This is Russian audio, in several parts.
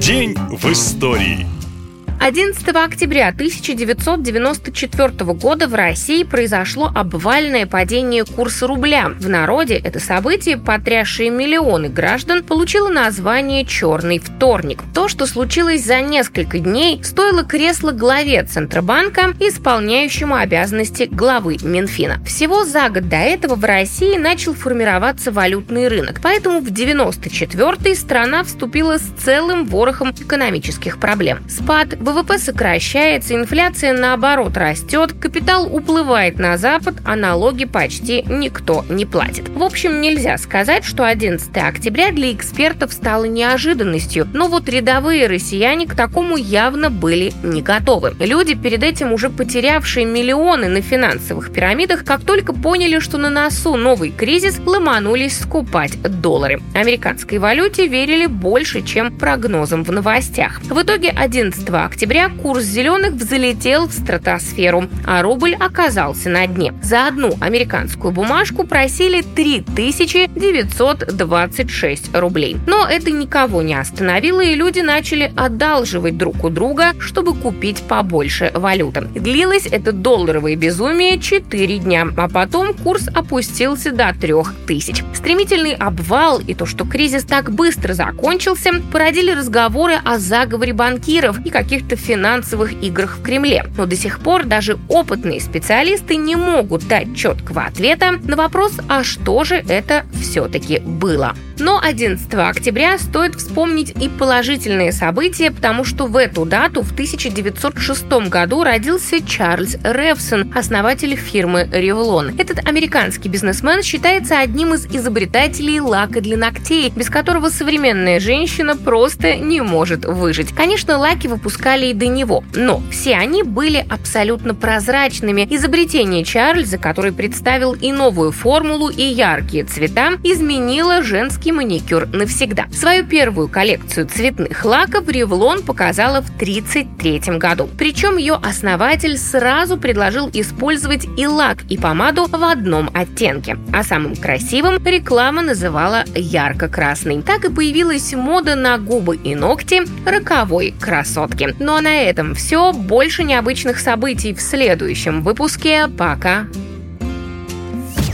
День в истории. 11 октября 1994 года в России произошло обвальное падение курса рубля. В народе это событие, потрясшее миллионы граждан, получило название «Черный вторник». То, что случилось за несколько дней, стоило кресла главе Центробанка, исполняющему обязанности главы Минфина. Всего за год до этого в России начал формироваться валютный рынок, поэтому в 1994-й страна вступила с целым ворохом экономических проблем. Спад ВВП сокращается, инфляция наоборот растет, капитал уплывает на Запад, а налоги почти никто не платит. В общем, нельзя сказать, что 11 октября для экспертов стало неожиданностью, но вот рядовые россияне к такому явно были не готовы. Люди, перед этим уже потерявшие миллионы на финансовых пирамидах, как только поняли, что на носу новый кризис, ломанулись скупать доллары. Американской валюте верили больше, чем прогнозам в новостях. В итоге 11 октября курс зеленых взлетел в стратосферу, а рубль оказался на дне. За одну американскую бумажку просили 3926 рублей. Но это никого не остановило, и люди начали одалживать друг у друга, чтобы купить побольше валюты. Длилось это долларовое безумие 4 дня, а потом курс опустился до 3000. Стремительный обвал и то, что кризис так быстро закончился, породили разговоры о заговоре банкиров и каких-то финансовых играх в Кремле. Но до сих пор даже опытные специалисты не могут дать четкого ответа на вопрос, а что же это все-таки было. Но 11 октября стоит вспомнить и положительные события, потому что в эту дату в 1906 году родился Чарльз Ревсон, основатель фирмы Revlon. Этот американский бизнесмен считается одним из изобретателей лака для ногтей, без которого современная женщина просто не может выжить. Конечно, лаки выпускали и до него, но все они были абсолютно прозрачными. Изобретение Чарльза, который представил и новую формулу, и яркие цвета, изменило женский маникюр навсегда. Свою первую коллекцию цветных лаков Revlon показала в 1933 году. Причем ее основатель сразу предложил использовать и лак, и помаду в одном оттенке. А самым красивым реклама называла ярко-красный. Так и появилась мода на губы и ногти роковой красотки. Ну а на этом все. Больше необычных событий в следующем выпуске. Пока!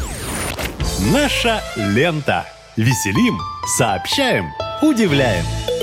Наша лента. Веселим, сообщаем, удивляем.